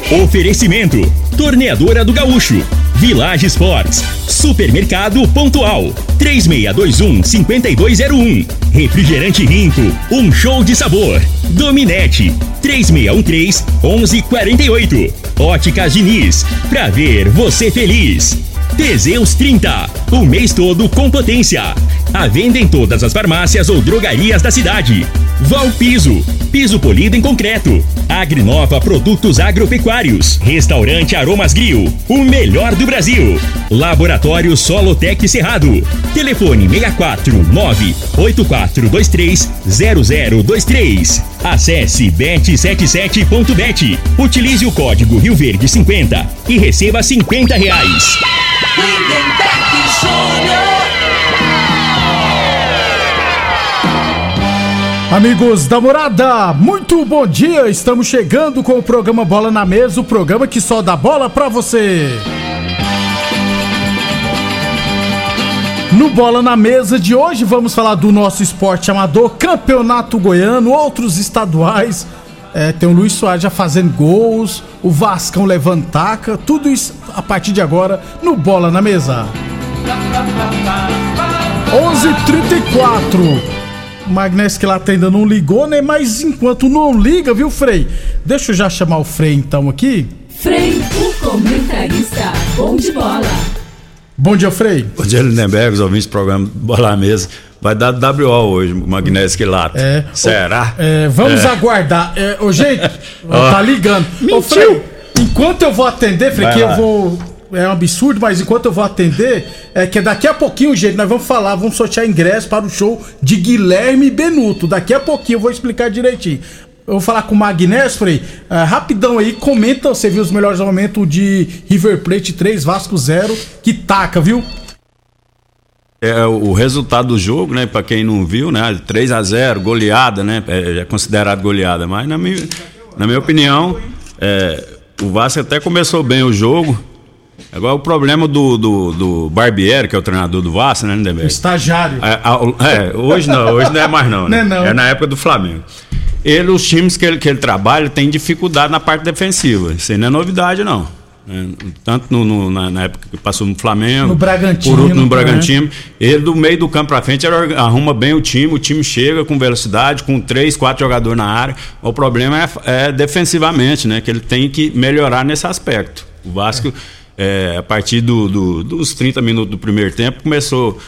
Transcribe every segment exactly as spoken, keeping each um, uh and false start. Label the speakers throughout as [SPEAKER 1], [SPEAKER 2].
[SPEAKER 1] Oferecimento: Torneadora do Gaúcho, Village Sports, Supermercado Pontual, três seis dois um, cinco dois zero um, Refrigerante Rinco, um show de sabor, Dominete, três seis um três, onze quarenta e oito, Óticas Diniz, pra ver você feliz. Teseus trinta, o mês todo com potência. À venda em todas as farmácias ou drogarias da cidade. Valpiso, piso polido em concreto. Agrinova Produtos Agropecuários. Restaurante Aromas Grill, o melhor do Brasil. Laboratório Solotec Cerrado. Telefone seis quatro nove, oito quatro dois três, zero zero dois três. Acesse bet setenta e sete ponto bet. Utilize o código Rio Verde cinquenta e receba cinquenta reais.
[SPEAKER 2] Lindenberg Júnior.
[SPEAKER 3] Amigos da Morada, muito bom dia. Estamos chegando com o programa Bola na Mesa, o programa que só dá bola pra você. No Bola na Mesa de hoje vamos falar do nosso esporte amador, Campeonato Goiano, outros estaduais. É, tem o Luiz Soares já fazendo gols, o Vascão levando taca, tudo isso a partir de agora no Bola na Mesa. onze e trinta e quatro. O Magnésio que lá ainda não ligou, né? Mas enquanto não liga, viu, Frei? Deixa eu já chamar o Frei então aqui.
[SPEAKER 2] Frei, o comentarista bom de bola.
[SPEAKER 3] Bom dia, Frei.
[SPEAKER 4] Bom dia, Lindenberg, os ouvintes do programa Bola na Mesa. Vai dar W O hoje, o Magnésio que lata.
[SPEAKER 3] É.
[SPEAKER 4] Será?
[SPEAKER 3] É, vamos é. aguardar. É, ô, gente, ó, tá ligando. Ô, Frei, enquanto eu vou atender, Frei, que eu vou... É um absurdo, mas enquanto eu vou atender, é que daqui a pouquinho, gente, nós vamos falar, vamos sortear ingresso para o show de Guilherme Benuto. Daqui a pouquinho eu vou explicar direitinho. Eu vou falar com o Magnésio, Frei. Uh, rapidão aí, comenta, você viu os melhores momentos de River Plate três, Vasco zero, que taca, viu?
[SPEAKER 4] É o resultado do jogo, né? Pra quem não viu, né? três a zero, goleada, né? É, é considerado goleada, mas na minha, na minha opinião, é, o Vasco até começou bem o jogo. Agora o problema do, do, do Barbieri, que é o treinador do Vasco, né, Lindenberg?
[SPEAKER 3] Estagiário.
[SPEAKER 4] É, é, hoje não, hoje não é mais não, né?
[SPEAKER 3] Não é, não.
[SPEAKER 4] É na época do Flamengo. Ele, os times que ele, que ele trabalha tem dificuldade na parte defensiva. Isso aí não é novidade, não. É, tanto no, no, na, na época que passou no Flamengo,
[SPEAKER 3] no Bragantino,
[SPEAKER 4] por outro, no Bragantino, ele do meio do campo pra frente ele arruma bem o time, o time chega com velocidade, com três, quatro jogadores na área. O problema é, é defensivamente, né? Que ele tem que melhorar nesse aspecto. O Vasco... É. É, a partir do, do, dos trinta minutos do primeiro tempo, começou.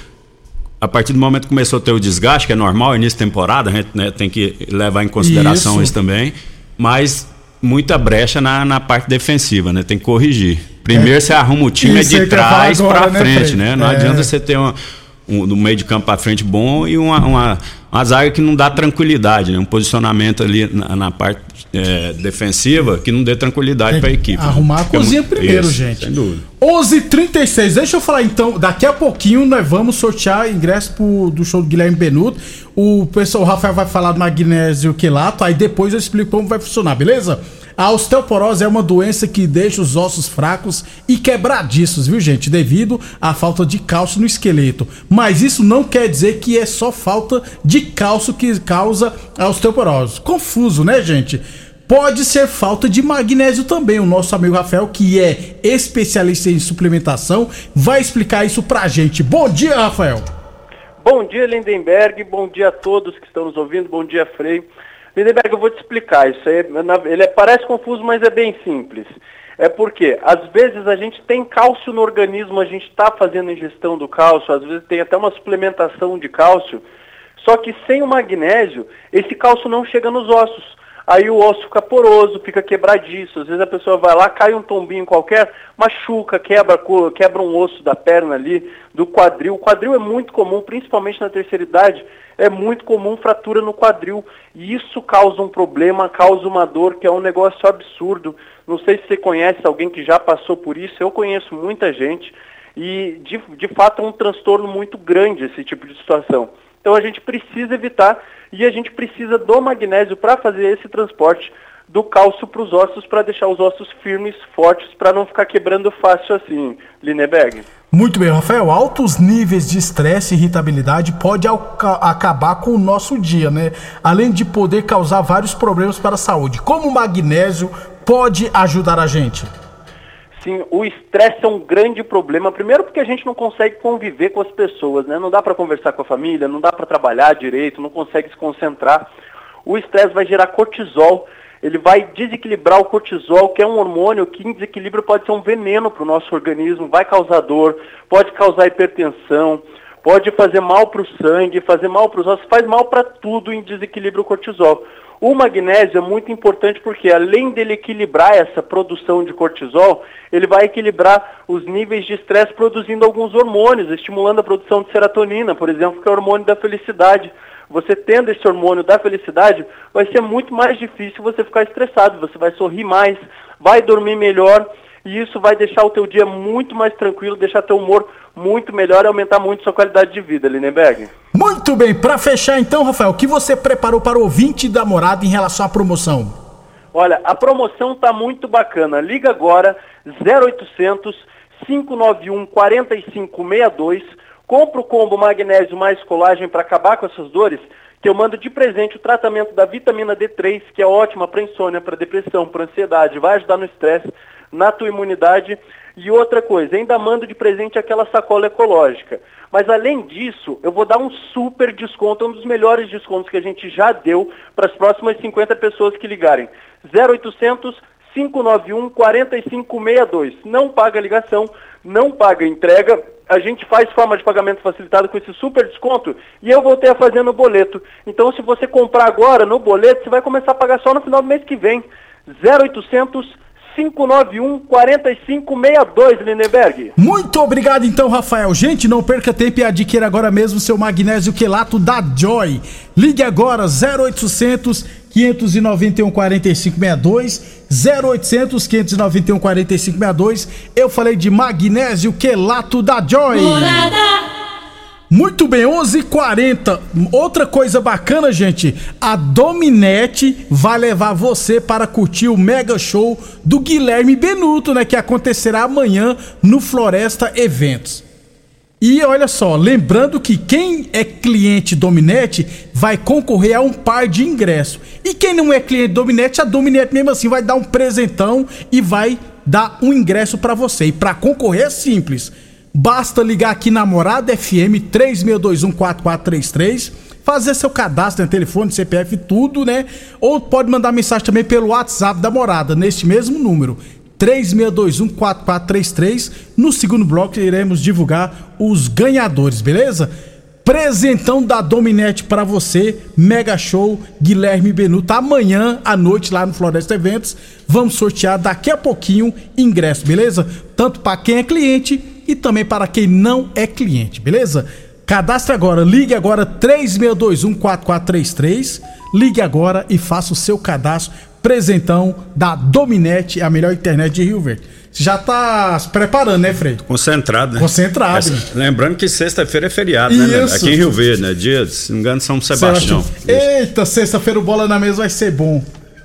[SPEAKER 4] A partir do momento que começou a ter o desgaste, que é normal, início de temporada, a gente, né, tem que levar em consideração isso, isso também, mas muita brecha na, na parte defensiva, né? Tem que corrigir. Primeiro é, você arruma o time de trás para frente, né? Não é. adianta você ter uma, um, um meio de campo para frente bom e uma, uma, uma zaga que não dá tranquilidade, né? Um posicionamento ali na, na parte é, defensiva que não dê tranquilidade para a equipe.
[SPEAKER 3] Arrumar né? a cozinha Porque, primeiro, isso, gente. Sem dúvida. onze e trinta e seis, deixa eu falar então, daqui a pouquinho nós vamos sortear ingresso pro, do show do Guilherme Benuto. O pessoal, o Rafael vai falar do magnésio quelato, aí depois eu explico como vai funcionar, beleza? A osteoporose é uma doença que deixa os ossos fracos e quebradiços, viu, gente? Devido à falta de cálcio no esqueleto. Mas isso não quer dizer que é só falta de cálcio que causa a osteoporose. Confuso, né, gente? Pode ser falta de magnésio também. O nosso amigo Rafael, que é especialista em suplementação, vai explicar isso pra gente. Bom dia, Rafael.
[SPEAKER 5] Bom dia, Lindenberg. Bom dia a todos que estão nos ouvindo. Bom dia, Frei. Lindenberg, eu vou te explicar. Isso aí, ele parece confuso, mas é bem simples. É porque, às vezes, a gente tem cálcio no organismo, a gente está fazendo ingestão do cálcio, às vezes tem até uma suplementação de cálcio, só que sem o magnésio, esse cálcio não chega nos ossos. Aí o osso fica poroso, fica quebradiço. Às vezes a pessoa vai lá, cai um tombinho qualquer, machuca, quebra, quebra um osso da perna ali, do quadril. O quadril é muito comum, principalmente na terceira idade, é muito comum fratura no quadril. E isso causa um problema, causa uma dor, que é um negócio absurdo. Não sei se você conhece alguém que já passou por isso, eu conheço muita gente. E de, de fato é um transtorno muito grande esse tipo de situação. Então a gente precisa evitar e a gente precisa do magnésio para fazer esse transporte do cálcio para os ossos, para deixar os ossos firmes, fortes, para não ficar quebrando fácil assim, Lindenberg.
[SPEAKER 3] Muito bem, Rafael. Altos níveis de estresse e irritabilidade pode acabar com o nosso dia, né? Além de poder causar vários problemas para a saúde. Como o magnésio pode ajudar a gente?
[SPEAKER 5] Sim, o estresse é um grande problema. Primeiro porque a gente não consegue conviver com as pessoas, né? Não dá para conversar com a família, não dá para trabalhar direito, não consegue se concentrar. O estresse vai gerar cortisol. Ele vai desequilibrar o cortisol, que é um hormônio que em desequilíbrio pode ser um veneno para o nosso organismo, vai causar dor, pode causar hipertensão, pode fazer mal para o sangue, fazer mal para os ossos, faz mal para tudo em desequilíbrio o cortisol. O magnésio é muito importante porque, além dele equilibrar essa produção de cortisol, ele vai equilibrar os níveis de estresse produzindo alguns hormônios, estimulando a produção de serotonina, por exemplo, que é o hormônio da felicidade. Você tendo esse hormônio da felicidade, vai ser muito mais difícil você ficar estressado, você vai sorrir mais, vai dormir melhor, e isso vai deixar o teu dia muito mais tranquilo, deixar teu humor muito melhor e aumentar muito sua qualidade de vida, Lindenberg.
[SPEAKER 3] Muito bem, para fechar então, Rafael, o que você preparou para o ouvinte da Morada em relação à promoção?
[SPEAKER 5] Olha, a promoção tá muito bacana, liga agora, zero oitocentos, cinco nove um, quatro cinco seis dois, compra o combo magnésio mais colagem para acabar com essas dores, que eu mando de presente o tratamento da vitamina D três, que é ótima para insônia, para depressão, para ansiedade, vai ajudar no estresse, na tua imunidade. E outra coisa, ainda mando de presente aquela sacola ecológica. Mas além disso, eu vou dar um super desconto, um dos melhores descontos que a gente já deu para as próximas cinquenta pessoas que ligarem. zero oitocentos, cinco nove um, quatro cinco seis dois. Não paga ligação, não paga entrega. A gente faz forma de pagamento facilitado com esse super desconto e eu voltei a fazer no boleto. Então, se você comprar agora no boleto, você vai começar a pagar só no final do mês que vem. zero oitocentos, cinco nove um, quatro cinco seis dois, Lindenberg.
[SPEAKER 3] Muito obrigado então, Rafael. Gente, não perca tempo e adquira agora mesmo seu magnésio quelato da Joy. Ligue agora, zero oitocentos, quinhentos e noventa e um, quarenta e cinco sessenta e dois, zero oitocentos, quinhentos e noventa e um, quarenta e cinco sessenta e dois. Eu falei de magnésio quelato da Joy. Morada. Muito bem, onze e quarenta. Outra coisa bacana, gente, a Dominete vai levar você para curtir o mega show do Guilherme Benuto, né, que acontecerá amanhã no Floresta Eventos. E olha só, lembrando que quem é cliente Dominete vai concorrer a um par de ingressos. E quem não é cliente Dominete, a Dominete mesmo assim vai dar um presentão e vai dar um ingresso para você. E para concorrer é simples. Basta ligar aqui na Morada F M três seis dois um, quatro quatro três três, fazer seu cadastro, né, telefone, C P F, tudo, né? Ou pode mandar mensagem também pelo WhatsApp da Morada, neste mesmo número, três seis dois um, quatro quatro três três. No segundo bloco iremos divulgar os ganhadores, beleza? Presentão da Dominete pra você, mega show Guilherme Benuto, amanhã à noite lá no Floresta Eventos. Vamos sortear daqui a pouquinho ingresso, beleza? Tanto para quem é cliente e também para quem não é cliente, beleza? Cadastre agora, ligue agora três seis dois um, quatro quatro três três, ligue agora e faça o seu cadastro. Presentão da Dominete, a melhor internet de Rio Verde. Você já tá se preparando, né, Frei?
[SPEAKER 4] Concentrado, né?
[SPEAKER 3] Concentrado.
[SPEAKER 4] Essa, lembrando que sexta-feira é feriado, Isso. né? Aqui em Rio Verde, né? Dia, se não me engano, São Sebastião.
[SPEAKER 3] Eita, sexta-feira o Bola na Mesa vai ser bom.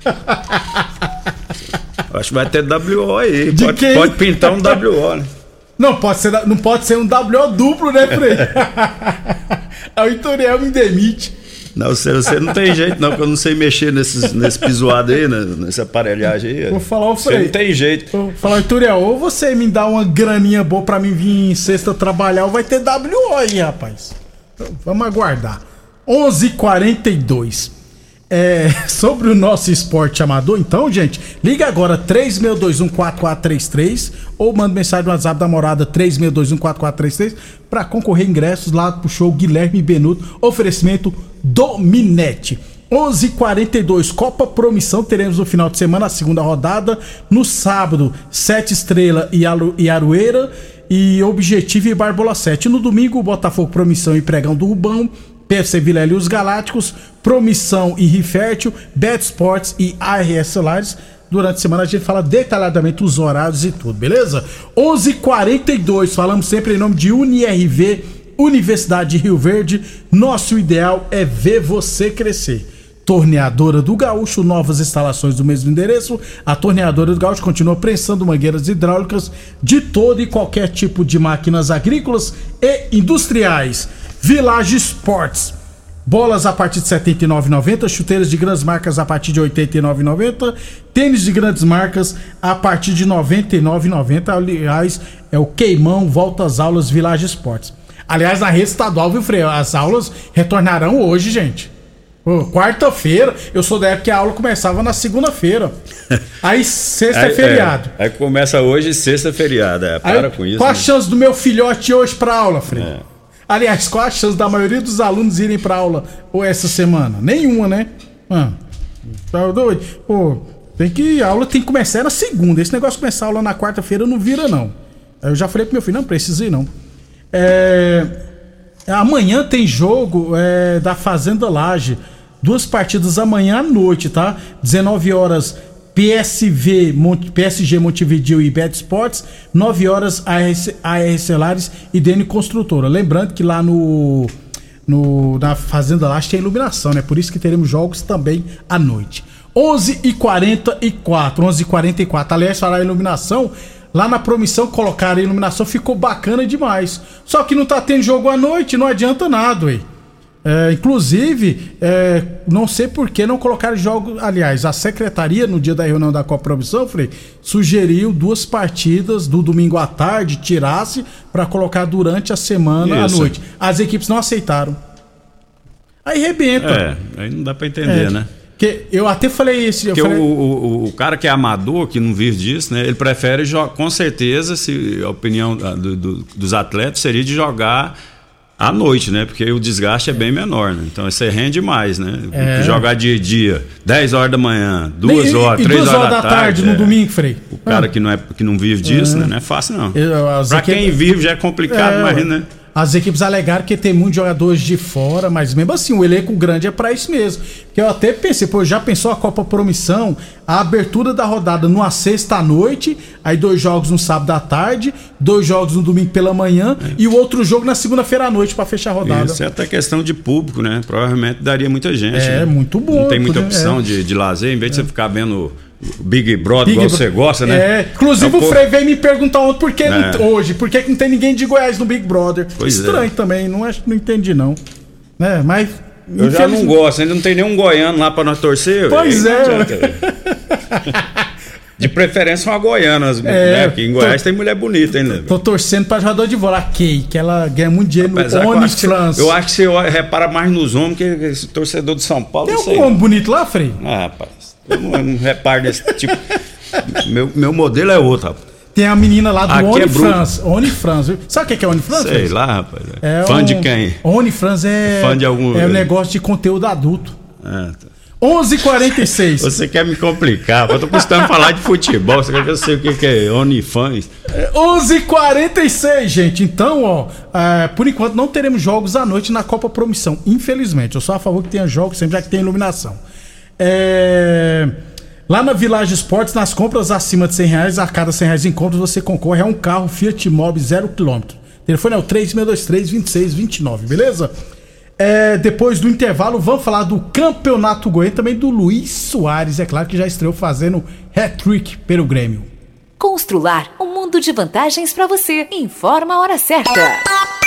[SPEAKER 4] Acho que vai ter W O aí.
[SPEAKER 3] De
[SPEAKER 4] pode,
[SPEAKER 3] quem?
[SPEAKER 4] pode pintar um W O, né?
[SPEAKER 3] Não pode ser, não pode ser um W O duplo, né, Frei? Aí o Ituriel me demite.
[SPEAKER 4] Não, você, você não tem jeito não, porque eu não sei mexer nesses, nesse pisoado aí, né, nessa aparelhagem aí.
[SPEAKER 3] Vou falar o Frei.
[SPEAKER 4] Você não tem jeito.
[SPEAKER 3] Vou falar, Ituriel, ou você me dá uma graninha boa pra mim vir em sexta trabalhar, ou vai ter W O aí, rapaz. Então, vamos aguardar. onze e quarenta e dois. É, sobre o nosso esporte amador, então, gente, liga agora três seis dois um, quatro quatro três três ou manda mensagem no WhatsApp da Morada três seis dois um, quatro quatro três três para concorrer ingressos lá pro show Guilherme Benuto, oferecimento Dominete. onze e quarenta e dois, Copa Promissão, teremos no final de semana a segunda rodada, no sábado Sete Estrela e, Aru, e Aroeira e Objetivo e Barbola sete, no domingo Botafogo, Promissão e Pregão do Rubão, P F C Vilela e os Galácticos, Promissão e Rifértil, Bet Sports e A R S Celulares. Durante a semana a gente fala detalhadamente os horários e tudo, beleza? onze e quarenta e dois, falamos sempre em nome de UniRV, Universidade de Rio Verde. Nosso ideal é ver você crescer. Torneadora do Gaúcho, novas instalações do mesmo endereço. A Torneadora do Gaúcho continua prensando mangueiras hidráulicas de todo e qualquer tipo de máquinas agrícolas e industriais. Village Sports, bolas a partir de setenta e nove reais e noventa centavos, chuteiras de grandes marcas a partir de oitenta e nove reais e noventa centavos, tênis de grandes marcas a partir de noventa e nove reais e noventa centavos. Aliás, é o queimão, volta às aulas Village Sports. Aliás, na rede estadual, viu, Freio? As aulas retornarão hoje, gente. Oh, quarta-feira, eu sou da época que a aula começava na segunda-feira. Aí sexta é feriado.
[SPEAKER 4] É, aí começa hoje e sexta é feriado. É, para
[SPEAKER 3] aí,
[SPEAKER 4] com isso.
[SPEAKER 3] Qual
[SPEAKER 4] né?
[SPEAKER 3] a chance do meu filhote hoje pra aula, Frei? É. Aliás, qual a chance da maioria dos alunos irem pra aula ou essa semana? Nenhuma, né? Ah, tá doido? Pô, tem que. A aula tem que começar na segunda. Esse negócio de começar a aula na quarta-feira não vira, não. Aí eu já falei pro meu filho, não precisa ir, não. É. Amanhã tem jogo é, da Fazenda Laje. Duas partidas amanhã à noite, tá? dezenove horas P S V, P S G Montevideo e Bet Sports. nove horas A R C Lares e D N Construtora. Lembrando que lá no, no na Fazenda Laje tem iluminação, né? Por isso que teremos jogos também à noite. onze e quarenta e quatro. onze e quarenta e quatro. Aliás, falar em iluminação, lá na Promissão colocaram a iluminação, ficou bacana demais. Só que não tá tendo jogo à noite, não adianta nada, ué. É, inclusive, é, não sei por que não colocaram jogos. Aliás, a secretaria, no dia da reunião da Copa Promissão, Frei, sugeriu duas partidas do domingo à tarde, tirasse, para colocar durante a semana Isso. à noite. As equipes não aceitaram. Aí rebenta.
[SPEAKER 4] É, aí não dá para entender, é, né?
[SPEAKER 3] Que eu até falei isso.
[SPEAKER 4] Porque
[SPEAKER 3] falei...
[SPEAKER 4] o, o, o cara que é amador, que não vive disso, né? Ele prefere, com certeza, se a opinião do, do, dos atletas seria de jogar à noite, né? Porque o desgaste é bem menor, né? Então você rende mais, né? É. Jogar dia a dia, dez horas da manhã, duas horas, três horas, horas da tarde. tarde
[SPEAKER 3] no é. domingo, Frei.
[SPEAKER 4] O cara ah. que, não é, que não vive disso, é. né? Não é fácil, não.
[SPEAKER 3] Eu,
[SPEAKER 4] pra quem equipes... vive já é complicado, é, imagina, né?
[SPEAKER 3] As equipes alegaram que tem muitos jogadores de fora, mas mesmo assim, o elenco grande é pra isso mesmo. Porque eu até pensei, pô, já pensou a Copa Promissão, a abertura da rodada numa sexta à noite, aí dois jogos no sábado à tarde, dois jogos no domingo pela manhã é. e o outro jogo na segunda-feira à noite pra fechar a rodada.
[SPEAKER 4] Isso é até questão de público, né? Provavelmente daria muita gente.
[SPEAKER 3] É,
[SPEAKER 4] né?
[SPEAKER 3] muito bom.
[SPEAKER 4] Não tem muita opção é. de, de lazer, em vez de é. você ficar vendo Big Brother, Big igual Bro... você gosta, né?
[SPEAKER 3] É, inclusive é um o Frei veio me perguntar ontem por que é. não, hoje, por que não tem ninguém de Goiás no Big Brother. Pois Estranho é. também, não, acho, não entendi não. É, mas...
[SPEAKER 4] Eu já não gosto, ainda não tem nenhum goiano lá pra nós torcer.
[SPEAKER 3] Pois é.
[SPEAKER 4] De preferência uma goiana, é, né? Porque em Goiás tô, tem mulher bonita ainda.
[SPEAKER 3] Tô torcendo pra jogador de vôlei, a Kay, que ela ganha muito dinheiro Apesar no OnlyFans.
[SPEAKER 4] Eu acho que você repara mais nos homens que esse torcedor de São Paulo.
[SPEAKER 3] Tem algum homem bonito lá, Frei?
[SPEAKER 4] Ah, rapaz, eu não, eu não reparo desse tipo. meu, meu modelo é outro, rapaz.
[SPEAKER 3] Tem a menina lá do OnlyFans. É OnlyFans, viu? Sabe o que é OnlyFans?
[SPEAKER 4] Sei lá, rapaz. É Fã um... de quem?
[SPEAKER 3] OnlyFans é.
[SPEAKER 4] Fã de algum.
[SPEAKER 3] É um negócio de conteúdo adulto.
[SPEAKER 4] Ah, tá.
[SPEAKER 3] onze e quarenta e seis.
[SPEAKER 4] Você quer me complicar? Eu tô custando falar de futebol. Você quer que eu sei o que é OnlyFans?
[SPEAKER 3] É onze e quarenta e seis, gente. Então, ó, é, por enquanto não teremos jogos à noite na Copa Promissão. Infelizmente. Eu sou a favor que tenha jogos sempre, já que tem iluminação. É. Lá na Village Sports, nas compras acima de cem reais, a cada cem reais em compras, você concorre a um carro Fiat Mobi zero quilômetro. O telefone é o três seis dois três, dois seis dois nove, beleza? É, depois do intervalo, vamos falar do Campeonato Goiano, também do Luiz Soares, é claro que já estreou fazendo hat-trick pelo Grêmio.
[SPEAKER 6] Constrular um mundo de vantagens para você. Informa a hora certa.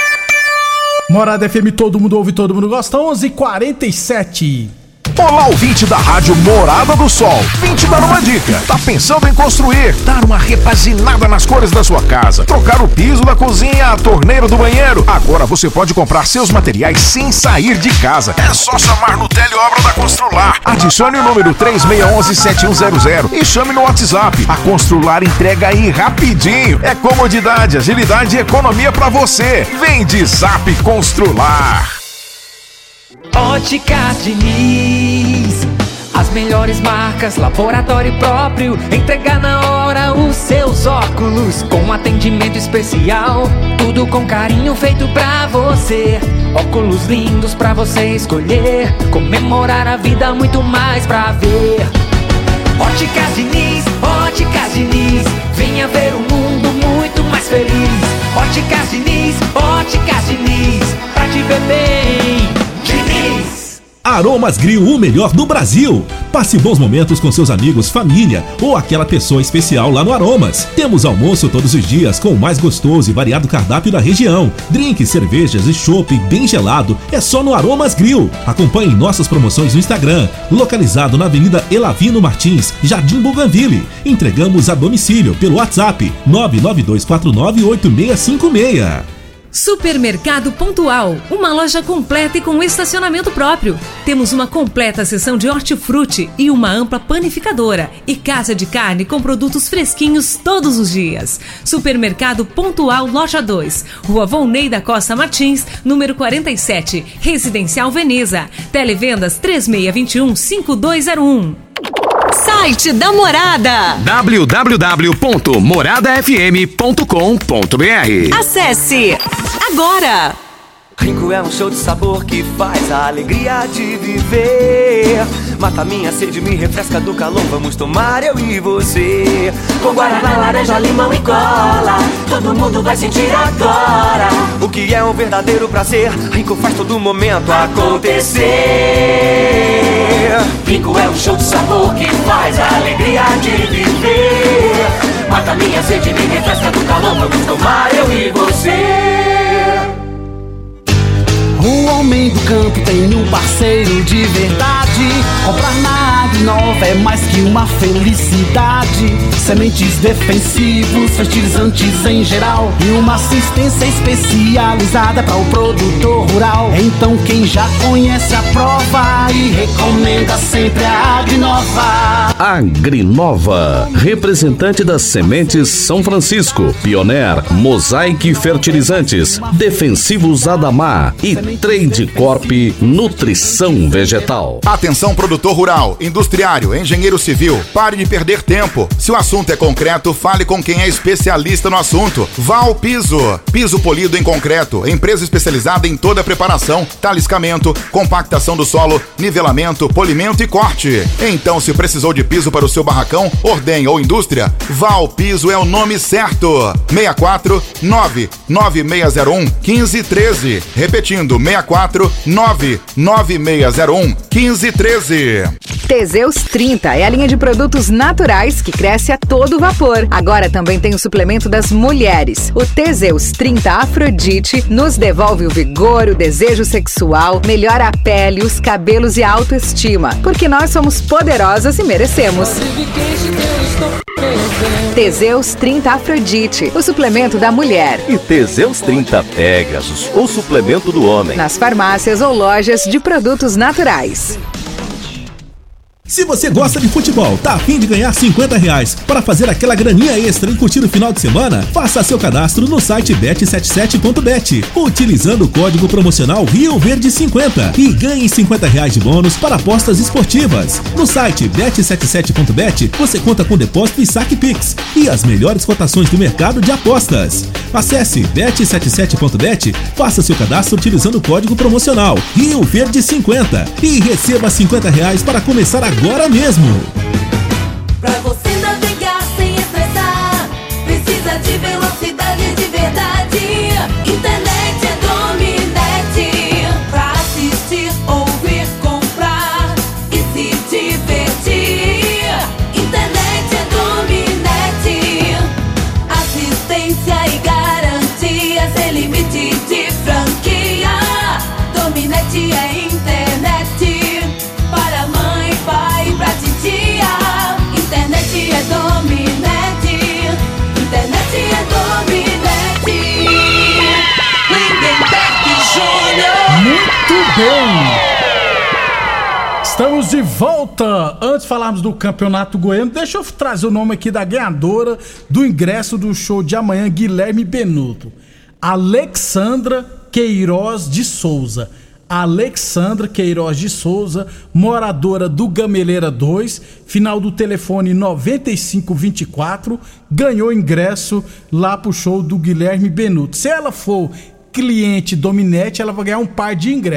[SPEAKER 3] Morada F M, todo mundo ouve, todo mundo gosta, onze e quarenta e sete.
[SPEAKER 7] Olá, ouvinte da Rádio Morada do Sol. Vim te dar uma dica. Tá pensando em construir, dar uma repaginada nas cores da sua casa, trocar o piso da cozinha, a torneira do banheiro? Agora você pode comprar seus materiais sem sair de casa. É só chamar no Teleobra da Constrular. Adicione o número três seis um um, sete um zero zero e chame no WhatsApp. A Constrular entrega aí rapidinho. É comodidade, agilidade e economia pra você. Vem de Zap Constrular.
[SPEAKER 8] Óticas Diniz, as melhores marcas, laboratório próprio, entregar na hora os seus óculos, com atendimento especial, tudo com carinho feito pra você. Óculos lindos pra você escolher, comemorar a vida, muito mais pra ver. Óticas Diniz, Óticas Diniz, venha ver um mundo muito mais feliz. Óticas Diniz, Óticas Diniz, pra te ver bem. Diniz.
[SPEAKER 9] Aromas Grill, o melhor do Brasil. Passe bons momentos com seus amigos, família ou aquela pessoa especial lá no Aromas. Temos almoço todos os dias com o mais gostoso e variado cardápio da região. Drinks, cervejas e chopp bem gelado é só no Aromas Grill. Acompanhe nossas promoções no Instagram, localizado na Avenida Elavino Martins, Jardim Bougainville. Entregamos a domicílio pelo WhatsApp nove nove dois quatro nove oito seis cinco seis.
[SPEAKER 10] Supermercado Pontual, uma loja completa e com estacionamento próprio. Temos uma completa seção de hortifruti e uma ampla panificadora e casa de carne com produtos fresquinhos todos os dias. Supermercado Pontual, loja dois, Rua Volney da Costa Martins, número quarenta e sete, Residencial Veneza. Televendas três seis dois um, cinco dois zero um.
[SPEAKER 11] Site da Morada
[SPEAKER 7] w w w ponto morada f m ponto com ponto b r.
[SPEAKER 11] Acesse agora.
[SPEAKER 12] Rinco é um show de sabor que faz a alegria de viver. Mata minha sede, me refresca do calor. Vamos tomar eu e você. Com guaraná, laranja, limão e cola, todo mundo vai sentir agora o que é um verdadeiro prazer. Rinco faz todo momento acontecer. Rinco é um show de sabor que faz a alegria de viver. Mata minha sede, me refresca do calor. Vamos tomar eu e você.
[SPEAKER 13] O homem do campo tem um parceiro de verdade. Comprar na Agrinova é mais que uma felicidade. Sementes defensivos, fertilizantes em geral e uma assistência especializada para o produtor rural. Então quem já conhece a prova e recomenda sempre a Agrinova.
[SPEAKER 14] Agrinova, representante das sementes São Francisco, Pioneer, Mosaic Fertilizantes, Defensivos Adamar e Trade Corp Nutrição Vegetal.
[SPEAKER 15] Atenção, produtor rural, industriário, engenheiro civil, pare de perder tempo. Se o assunto é concreto, fale com quem é especialista no assunto. Val Piso, piso polido em concreto, empresa especializada em toda a preparação, taliscamento, compactação do solo, nivelamento, polimento e corte. Então, se precisou de piso para o seu barracão, ordem ou indústria, Val Piso é o nome certo. seis quatro nove nove seis zero um um cinco um três. Repetindo, seis quatro nove nove seis zero um um cinco um três.
[SPEAKER 16] Teseus trinta é a linha de produtos naturais que cresce a todo vapor. Agora também tem o suplemento das mulheres. O Teseus trinta Afrodite nos devolve o vigor, o desejo sexual, melhora a pele, os cabelos e a autoestima. Porque nós somos poderosas e merecemos. Teseus trinta Afrodite, o suplemento da mulher.
[SPEAKER 17] E Teseus trinta Pegasus, o suplemento do homem.
[SPEAKER 16] Nas farmácias ou lojas de produtos naturais.
[SPEAKER 9] Se você gosta de futebol, tá a fim de ganhar cinquenta reais para fazer aquela graninha extra e curtir o final de semana, faça seu cadastro no site bet setenta e sete ponto bet, utilizando o código promocional Rio Verde cinquenta e ganhe cinquenta reais de bônus para apostas esportivas. No site bet setenta e sete ponto bet você conta com depósito e saque Pix e as melhores cotações do mercado de apostas. Acesse bet setenta e sete ponto bet, faça seu cadastro utilizando o código promocional Rio Verde cinquenta e receba cinquenta reais para começar agora. Agora mesmo!
[SPEAKER 2] Pra você navegar sem estressar, precisa de velocidade de verdade. Internet é Dominete. Pra assistir, ouvir, comprar e se divertir. Internet é Dominete. Assistência e garantia sem limite de franquia. Dominete é internet. Internet é Dominete. Internet é Dominete. Lindenberg Júnior.
[SPEAKER 3] Muito bem. Estamos de volta. Antes de falarmos do Campeonato Goiano, deixa eu trazer o nome aqui da ganhadora do ingresso do show de amanhã, Guilherme Benuto. Alexandra Queiroz de Souza. Alexandra Queiroz de Souza, moradora do Gameleira dois, final do telefone noventa e cinco vinte e quatro, ganhou ingresso lá pro show do Guilherme Benuto. Se ela for cliente Dominete, ela vai ganhar um par de ingressos.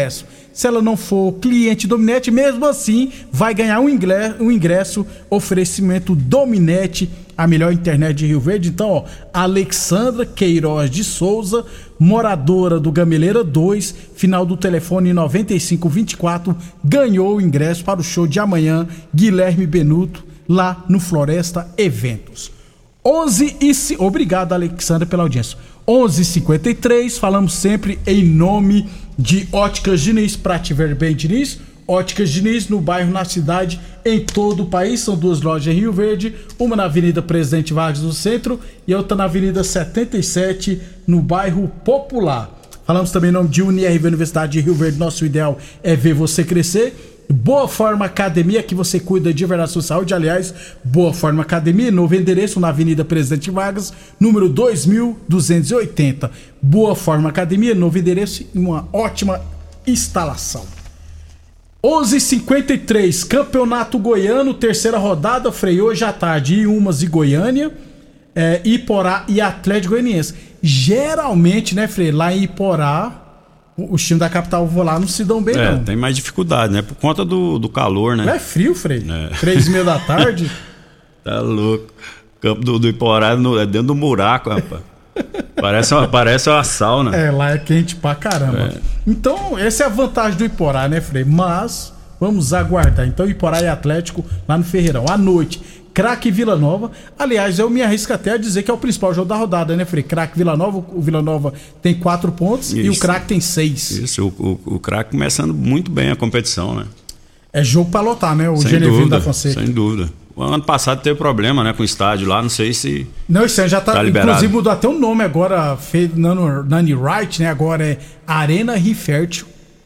[SPEAKER 3] Se ela não for cliente Dominete, mesmo assim, vai ganhar um ingresso, um ingresso oferecimento Dominete, a melhor internet de Rio Verde. Então, ó, Alexandra Queiroz de Souza, moradora do Gameleira dois, final do telefone noventa e cinco vinte e quatro, ganhou o ingresso para o show de amanhã, Guilherme Benuto, lá no Floresta Eventos. onze e Obrigado, Alexandra, pela audiência. onze e cinquenta e três, falamos sempre em nome de Óticas Diniz, pra te ver bem, Diniz. Óticas Diniz, no bairro, na cidade, em todo o país. São duas lojas em Rio Verde, uma na Avenida Presidente Vargas no centro e outra na Avenida setenta e sete, no bairro Popular. Falamos também em nome de U N I R V Universidade de Rio Verde. Nosso ideal é ver você crescer. Boa Forma Academia, que você cuida de verdade da sua saúde. Aliás, Boa Forma Academia, novo endereço na Avenida Presidente Vargas, número dois mil duzentos e oitenta. Boa Forma Academia, novo endereço e uma ótima instalação. onze e cinquenta e três, Campeonato Goiano, terceira rodada, Frei, hoje à tarde, Iumas e Goiânia, é, Iporá e Atlético Goianiense. Geralmente, né, Frei, lá em Iporá, os times da capital vou lá não se dão bem,
[SPEAKER 4] é,
[SPEAKER 3] não.
[SPEAKER 4] Tem mais dificuldade, né? Por conta do, do calor, né?
[SPEAKER 3] Não é frio, Frei?
[SPEAKER 4] É.
[SPEAKER 3] Três e meia da tarde.
[SPEAKER 4] Tá louco. Campo do, do Iporá no, é dentro do buraco, rapaz. Parece uma, parece uma sauna.
[SPEAKER 3] É, lá é quente pra caramba. É. Então, essa é a vantagem do Iporá, né, Frei? Mas, vamos aguardar. Então, Iporá e Atlético lá no Ferreirão. À noite, Craque e Vila Nova. Aliás, eu me arrisco até a dizer que é o principal jogo da rodada, né, Frei? Craque e Vila Nova. O Vila Nova tem quatro pontos Isso. e o Craque tem seis.
[SPEAKER 4] Isso, o, o, o Craque começando muito bem a competição, né?
[SPEAKER 3] É jogo pra lotar, né? O
[SPEAKER 4] sem
[SPEAKER 3] Genevieve
[SPEAKER 4] dúvida,
[SPEAKER 3] da Fonseca.
[SPEAKER 4] Sem dúvida. O ano passado teve problema, né, com o estádio lá, não sei se...
[SPEAKER 3] Não, esse ano já tá,
[SPEAKER 4] tá liberado.
[SPEAKER 3] Inclusive mudou até o nome agora, fez Nani Wright, né? Agora é Arena Rifértil.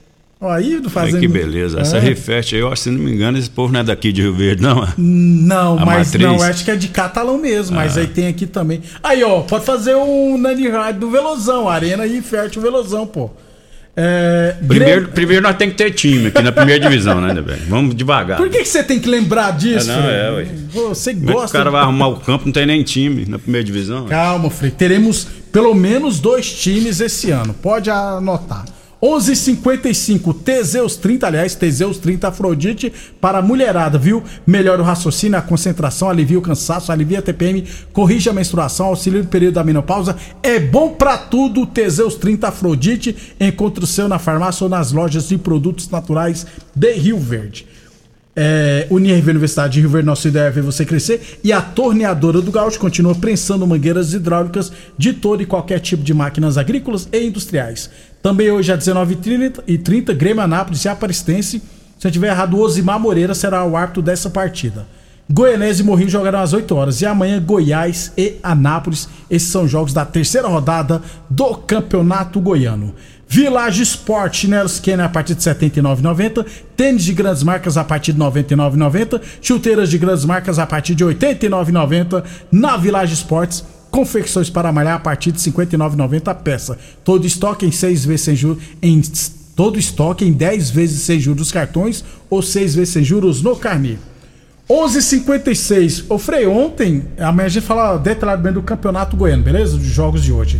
[SPEAKER 3] Aí fazendo...
[SPEAKER 4] Ai, que beleza. É. Essa Rifértil aí, eu acho, se não me engano, esse povo não é daqui de Rio Verde, não?
[SPEAKER 3] Não,
[SPEAKER 4] a
[SPEAKER 3] mas
[SPEAKER 4] matriz.
[SPEAKER 3] Não, acho que é de Catalão mesmo, mas ah. aí tem aqui também. Aí, ó, pode fazer um Nani Wright do Velozão, Arena Rifértil Velozão, pô. É,
[SPEAKER 4] primeiro,
[SPEAKER 3] Grêmio...
[SPEAKER 4] primeiro nós temos que ter time aqui na primeira divisão, né, velho? Vamos devagar.
[SPEAKER 3] Por que, que você tem que lembrar disso,
[SPEAKER 4] é, não, é, ué.
[SPEAKER 3] Você
[SPEAKER 4] Como
[SPEAKER 3] gosta.
[SPEAKER 4] É que o cara
[SPEAKER 3] de...
[SPEAKER 4] vai arrumar o campo, não tem nem time na primeira divisão.
[SPEAKER 3] Calma, Frei. Teremos pelo menos dois times esse ano. Pode anotar. onze e cinquenta e cinco, Teseus trinta, aliás, Teseus trinta Afrodite para a mulherada, viu? Melhora o raciocínio, a concentração, alivia o cansaço, alivia a T P M, corrige a menstruação, auxilia no período da menopausa. É bom pra tudo, Teseus trinta Afrodite. Encontre o seu na farmácia ou nas lojas de produtos naturais de Rio Verde. É, U N I R V Universidade de Rio Verde, nossa ideia é ver você crescer. E a Torneadora do Gaúcho continua prensando mangueiras hidráulicas de todo e qualquer tipo de máquinas agrícolas e industriais. Também hoje às dezenove e trinta, Grêmio Anápolis e Aparecidense. Se eu tiver errado, o Osimar Moreira será o árbitro dessa partida. Goianese e Morrinho jogarão às oito horas. E amanhã Goiás e Anápolis. Esses são jogos da terceira rodada do Campeonato Goiano. Village Sport, chinelos Kenner a partir de setenta e nove reais e noventa centavos, tênis de grandes marcas a partir de noventa e nove reais e noventa centavos, chuteiras de grandes marcas a partir de oitenta e nove reais e noventa centavos na Village Sports, confecções para malhar a partir de cinquenta e nove reais e noventa centavos a peça. Todo estoque em seis vezes sem juros, em todo estoque em dez vezes sem juros nos cartões ou seis vezes sem juros no carnê. onze e cinquenta e seis, ô Frei, ontem, amanhã a gente fala detalhadamente do Campeonato Goiano, beleza? Dos jogos de hoje.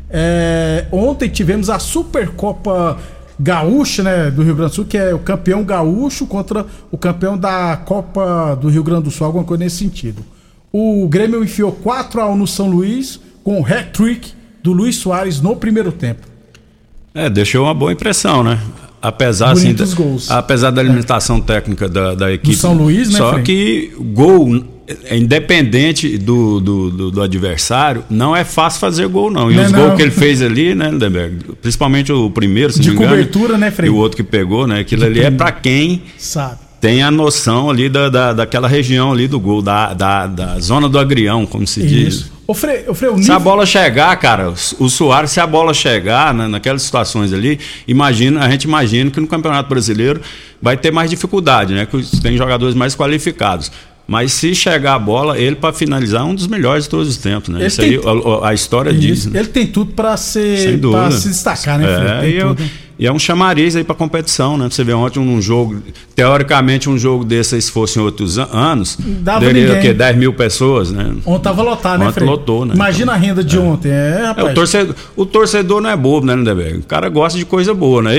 [SPEAKER 3] É, ontem tivemos a Supercopa Gaúcha, né, do Rio Grande do Sul, que é o campeão gaúcho contra o campeão da Copa do Rio Grande do Sul, alguma coisa nesse sentido. O Grêmio enfiou quatro a um no São Luís com o hat-trick do Luiz Soares no primeiro tempo.
[SPEAKER 4] É, deixou uma boa impressão, né? Apesar, assim, da, apesar da limitação é. técnica da, da equipe.
[SPEAKER 3] Do São Luís, né,
[SPEAKER 4] Só
[SPEAKER 3] Frei?
[SPEAKER 4] que gol, independente do, do, do, do adversário, não é fácil fazer gol, não. E não, os gols que ele fez ali, né, Lindenberg? Principalmente o primeiro, se
[SPEAKER 3] de
[SPEAKER 4] não me engano.
[SPEAKER 3] De cobertura, né, Frei?
[SPEAKER 4] E o outro que pegou, né? Aquilo de ali primeiro. É pra quem
[SPEAKER 3] sabe.
[SPEAKER 4] Tem a noção ali da, da, daquela região ali do gol, da, da, da zona do agrião, como se
[SPEAKER 3] Isso.
[SPEAKER 4] diz.
[SPEAKER 3] Ô, Frei, ô, Frei, o
[SPEAKER 4] se
[SPEAKER 3] nível...
[SPEAKER 4] a bola chegar, cara, o Soares, se a bola chegar, né, naquelas situações ali, imagina, a gente imagina que no Campeonato Brasileiro vai ter mais dificuldade, né? Que tem jogadores mais qualificados. Mas se chegar a bola, ele para finalizar é um dos melhores de todos os tempos, né? Ele Isso aí, a, a história
[SPEAKER 3] Isso.
[SPEAKER 4] diz. Né?
[SPEAKER 3] Ele tem tudo para ser, para se destacar, né?
[SPEAKER 4] É,
[SPEAKER 3] Frei?
[SPEAKER 4] E, eu, e é um chamariz aí para competição, né? Você vê ontem um jogo, teoricamente um jogo desse, se fosse em outros anos, daria o quê? dez mil pessoas, né?
[SPEAKER 3] Ontem tava lotado, né,
[SPEAKER 4] Ontem
[SPEAKER 3] Frei?
[SPEAKER 4] lotou, né?
[SPEAKER 3] Imagina
[SPEAKER 4] então,
[SPEAKER 3] a renda de
[SPEAKER 4] é.
[SPEAKER 3] ontem, é, rapaz.
[SPEAKER 4] É, o, torcedor, o torcedor não é bobo, né, Lindenberg? O cara gosta de coisa boa, não é isso?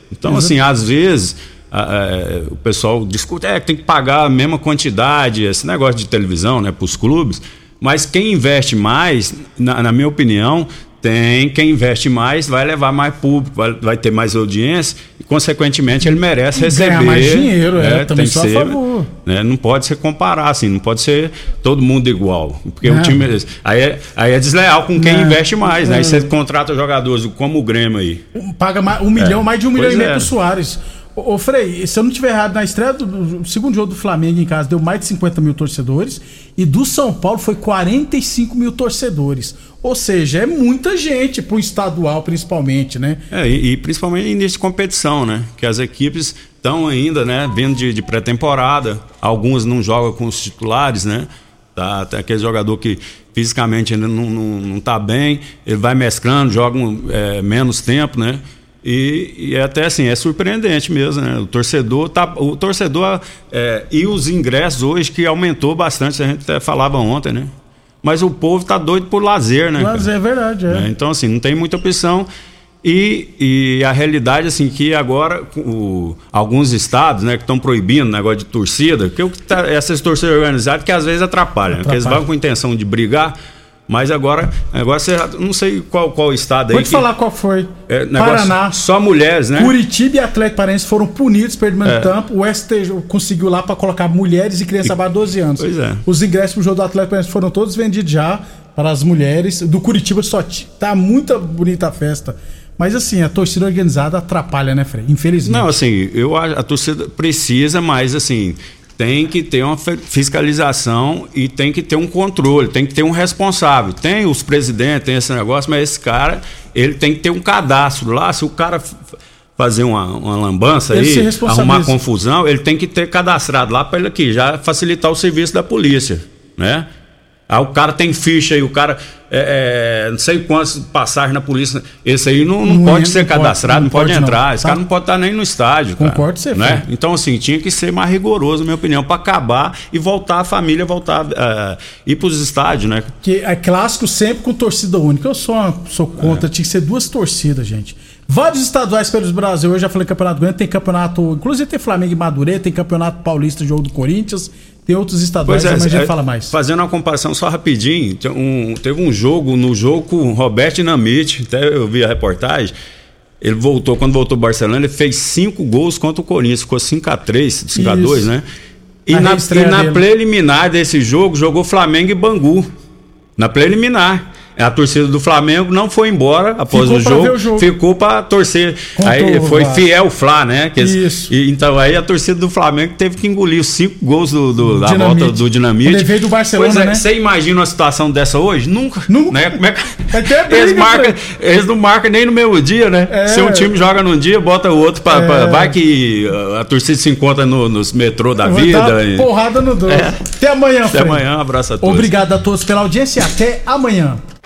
[SPEAKER 4] Então,
[SPEAKER 3] Exato.
[SPEAKER 4] assim, às vezes a, a, o pessoal discute, é que tem que pagar a mesma quantidade, esse negócio de televisão, né, para os clubes, mas quem investe mais, na, na minha opinião, tem quem investe mais vai levar mais público, vai, vai ter mais audiência e, consequentemente, ele merece
[SPEAKER 3] e
[SPEAKER 4] receber.
[SPEAKER 3] Ganhar mais dinheiro, é,
[SPEAKER 4] é
[SPEAKER 3] também
[SPEAKER 4] tem
[SPEAKER 3] sou
[SPEAKER 4] que ser,
[SPEAKER 3] a favor.
[SPEAKER 4] Né, não pode ser comparar, assim, não pode ser todo mundo igual. Porque
[SPEAKER 3] Não.
[SPEAKER 4] o time. Aí é, aí é desleal com quem
[SPEAKER 3] Não.
[SPEAKER 4] investe mais, né? Aí
[SPEAKER 3] É.
[SPEAKER 4] você contrata jogadores como o Grêmio aí.
[SPEAKER 3] Paga mais, um milhão, mais de um milhão
[SPEAKER 4] Pois
[SPEAKER 3] e meio
[SPEAKER 4] é.
[SPEAKER 3] pro Soares. Ô, ô Frei, se eu não estiver errado, na estreia do, do segundo jogo do Flamengo em casa deu mais de cinquenta mil torcedores e do São Paulo foi quarenta e cinco mil torcedores. Ou seja, é muita gente pro estadual, principalmente, né?
[SPEAKER 4] É, e, e principalmente início de competição, né? Que as equipes estão ainda, né, vindo de, de pré-temporada. Alguns não jogam com os titulares, né? Tá, tem aquele jogador que fisicamente ainda não, não, não tá bem, ele vai mesclando, joga um, é, menos tempo, né? E, e é até assim, é surpreendente mesmo, né? O torcedor tá, o torcedor é, e os ingressos hoje que aumentou bastante, a gente até falava ontem, né? Mas o povo tá doido por lazer, né?
[SPEAKER 3] Lazer, é verdade, é.
[SPEAKER 4] É, então, assim, não tem muita opção. E, e a realidade, assim, que agora o, alguns estados, né, que estão proibindo o negócio de torcida, que tá, essas torcidas organizadas que às vezes atrapalham,
[SPEAKER 3] Atrapalha.
[SPEAKER 4] porque eles vão com intenção de brigar, mas agora, agora você, não sei qual, qual estado aí.
[SPEAKER 3] Vou te
[SPEAKER 4] que,
[SPEAKER 3] falar qual foi.
[SPEAKER 4] é, negócio,
[SPEAKER 3] Paraná.
[SPEAKER 4] Só mulheres, né?
[SPEAKER 3] Curitiba e Atlético Paranaense foram punidos pelo
[SPEAKER 4] É.
[SPEAKER 3] tampo. O S T J conseguiu lá para colocar mulheres e crianças abaixo de doze anos.
[SPEAKER 4] Pois é.
[SPEAKER 3] Os ingressos pro jogo do Atlético Paranaense foram todos vendidos já para as mulheres. Do Curitiba só t- tá muito bonita a festa. Mas assim, a torcida organizada atrapalha, né, Frei? Infelizmente.
[SPEAKER 4] Não, assim, eu acho a torcida precisa, mas assim, tem que ter uma fe- fiscalização e tem que ter um controle, tem que ter um responsável. Tem os presidentes, tem esse negócio, mas esse cara, ele tem que ter um cadastro lá. Se o cara f- fazer uma, uma lambança
[SPEAKER 3] Ele se
[SPEAKER 4] aí,
[SPEAKER 3] responsabiliza.
[SPEAKER 4] arrumar confusão, ele tem que ter cadastrado lá para ele aqui, já facilitar o serviço da polícia, né? Ah, o cara tem ficha aí, o cara é, é, não sei quantas passagens na polícia. Esse aí não, não,
[SPEAKER 3] Não
[SPEAKER 4] pode
[SPEAKER 3] entra,
[SPEAKER 4] ser
[SPEAKER 3] não pode,
[SPEAKER 4] cadastrado, não,
[SPEAKER 3] não
[SPEAKER 4] pode,
[SPEAKER 3] pode não,
[SPEAKER 4] entrar. Esse
[SPEAKER 3] tá?
[SPEAKER 4] cara não pode estar nem no estádio.
[SPEAKER 3] Concordo, você,
[SPEAKER 4] né?
[SPEAKER 3] Fred.
[SPEAKER 4] Então, assim, tinha que ser mais rigoroso, na minha opinião, para acabar e voltar a família, voltar a ir para os estádios, né?
[SPEAKER 3] Que é clássico sempre com torcida única. Eu sou, uma, sou contra, é. tinha que ser duas torcidas, gente. Vários estaduais pelos Brasil, eu já falei Campeonato Grande, tem campeonato, inclusive tem Flamengo e Madureira, tem Campeonato Paulista, jogo do Corinthians, tem outros estaduais,
[SPEAKER 4] Pois é,
[SPEAKER 3] mas a gente
[SPEAKER 4] é,
[SPEAKER 3] fala mais.
[SPEAKER 4] Fazendo uma comparação só rapidinho, tem um, teve um jogo, no jogo com o Roberto Dinamite, até eu vi a reportagem, ele voltou, quando voltou ao Barcelona, ele fez cinco gols contra o Corinthians, ficou cinco a três, cinco a dois, né? E
[SPEAKER 3] A
[SPEAKER 4] na,
[SPEAKER 3] reestreia
[SPEAKER 4] e na
[SPEAKER 3] dele.
[SPEAKER 4] preliminar desse jogo, jogou Flamengo e Bangu, na preliminar. A torcida do Flamengo não foi embora após
[SPEAKER 3] Ficou
[SPEAKER 4] o
[SPEAKER 3] pra
[SPEAKER 4] jogo,
[SPEAKER 3] ver o jogo.
[SPEAKER 4] ficou para torcer.
[SPEAKER 3] Contou,
[SPEAKER 4] Aí foi
[SPEAKER 3] vai.
[SPEAKER 4] fiel Flá, né? Que eles-
[SPEAKER 3] Isso.
[SPEAKER 4] e, então aí a torcida do Flamengo teve que engolir os cinco gols do, do- da
[SPEAKER 3] Dinamite.
[SPEAKER 4] volta do Dinamite.
[SPEAKER 3] Ele veio do Barcelona,
[SPEAKER 4] Pois é,
[SPEAKER 3] né?
[SPEAKER 4] Você imagina uma situação dessa hoje? Nunca.
[SPEAKER 3] Nunca.
[SPEAKER 4] Né? Como é que...
[SPEAKER 3] Até briga,
[SPEAKER 4] eles, marcam,
[SPEAKER 3] Fred.
[SPEAKER 4] eles não marcam nem no mesmo dia, né?
[SPEAKER 3] É.
[SPEAKER 4] Se um time joga num dia, bota o outro para
[SPEAKER 3] É.
[SPEAKER 4] vai que uh, a torcida se encontra no- nos metrô da
[SPEAKER 3] Vai
[SPEAKER 4] vida.
[SPEAKER 3] dar
[SPEAKER 4] e-
[SPEAKER 3] porrada no doce.
[SPEAKER 4] É.
[SPEAKER 3] Até amanhã,
[SPEAKER 4] Até
[SPEAKER 3] Fred.
[SPEAKER 4] amanhã, um abraço a todos.
[SPEAKER 3] Obrigado a todos pela audiência e até amanhã.